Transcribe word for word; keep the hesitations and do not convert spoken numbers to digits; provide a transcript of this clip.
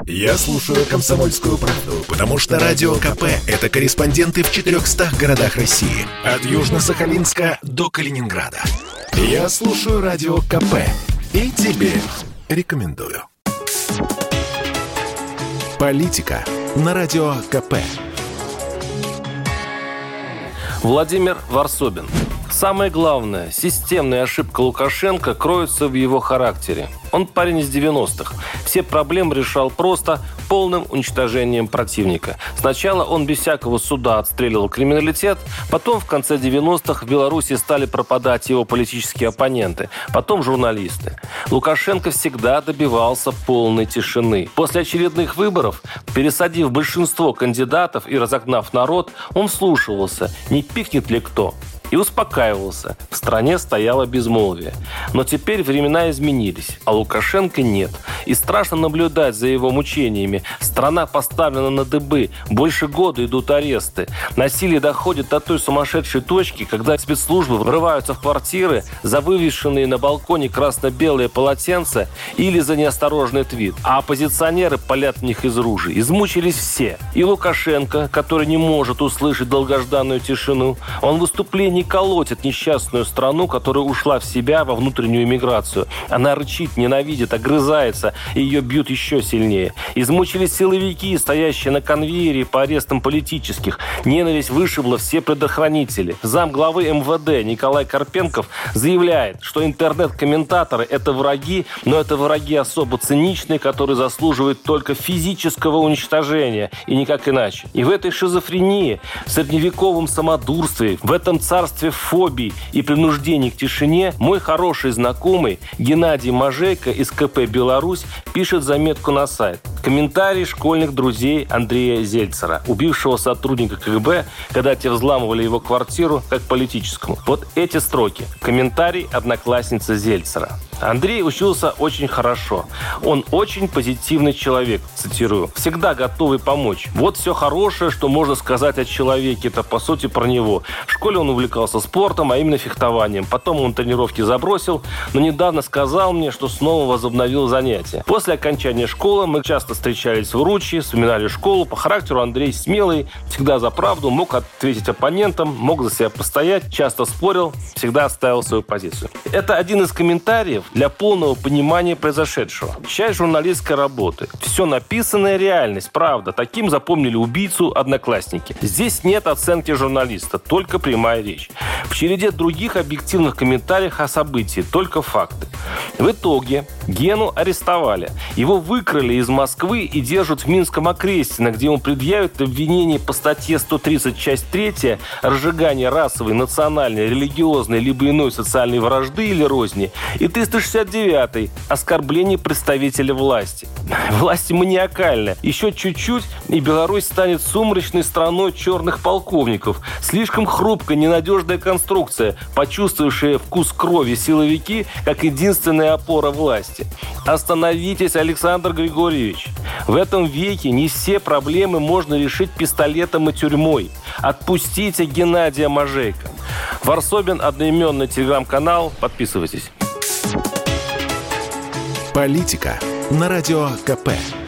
Я слушаю «Комсомольскую правду», потому что Радио КП – это корреспонденты в четырехстах городах России. От Южно-Сахалинска до Калининграда. Я слушаю Радио КП и тебе рекомендую. Политика на Радио КП. Владимир Варсобин. Самое главное, системная ошибка Лукашенко кроется в его характере. Он парень из девяностых. Все проблемы решал просто полным уничтожением противника. Сначала он без всякого суда отстреливал криминалитет, потом в конце девяностых в Беларуси стали пропадать его политические оппоненты, потом журналисты. Лукашенко всегда добивался полной тишины. После очередных выборов, пересадив большинство кандидатов и разогнав народ, он вслушивался, не пикнет ли кто. И успокаивался. В стране стояло безмолвие. Но теперь времена изменились, а Лукашенко нет. И страшно наблюдать за его мучениями. Страна поставлена на дыбы. Больше года идут аресты. Насилие доходит до той сумасшедшей точки, когда спецслужбы врываются в квартиры за вывешенные на балконе красно-белые полотенца или за неосторожный твит. А оппозиционеры палят в них из ружей. Измучились все. И Лукашенко, который не может услышать долгожданную тишину, он в выступлении колотит несчастную страну, которая ушла в себя во внутреннюю эмиграцию. Она рычит, ненавидит, огрызается, и ее бьют еще сильнее. Измучились силовики, стоящие на конвейере по арестам политических. Ненависть вышибла все предохранители. Замглавы эм вэ дэ Николай Карпенков заявляет, что интернет-комментаторы – это враги, но это враги особо циничные, которые заслуживают только физического уничтожения, и никак иначе. И в этой шизофрении, в средневековом самодурстве, в этом царстве фобий и принуждений к тишине мой хороший знакомый Геннадий Можейко из ка пэ «Беларусь» пишет заметку на сайт. Комментарий школьных друзей Андрея Зельцера, убившего сотрудника ка гэ бэ, когда те взламывали его квартиру как политическому. Вот эти строки. Комментарий одноклассницы Зельцера. Андрей учился очень хорошо. Он очень позитивный человек, цитирую. Всегда готовый помочь. Вот все хорошее, что можно сказать о человеке. Это, по сути, про него. В школе он увлекался спортом, а именно фехтованием. Потом он тренировки забросил, но недавно сказал мне, что снова возобновил занятия. После окончания школы мы часто встречались в Ручье, вспоминали школу. По характеру Андрей смелый, всегда за правду, мог ответить оппонентам, мог за себя постоять, часто спорил, всегда отстаивал свою позицию. Это один из комментариев для полного понимания произошедшего. Часть журналистской работы. Все написанное реальность, правда. Таким запомнили убийцу одноклассники. Здесь нет оценки журналиста, только прямая речь. В череде других объективных комментариев о событии, только факты. В итоге Гену арестовали. Его выкрали из Москвы и держат в Минском окрестине, где ему предъявят обвинение по статье сто тридцать, часть третья, разжигание расовой, национальной, религиозной либо иной социальной вражды или розни, и триста шестьдесят девятый оскорбление представителя власти. Власть маниакальная. Еще чуть-чуть, и Беларусь станет сумрачной страной черных полковников. Слишком хрупкая, ненадежная конструкция, почувствовавшая вкус крови силовики, как единственная опора власти. Остановитесь, Александр Григорьевич. В этом веке не все проблемы можно решить пистолетом и тюрьмой. Отпустите Геннадия Можейко. Варсобин, одноименный телеграм-канал. Подписывайтесь. Политика на Радио КП.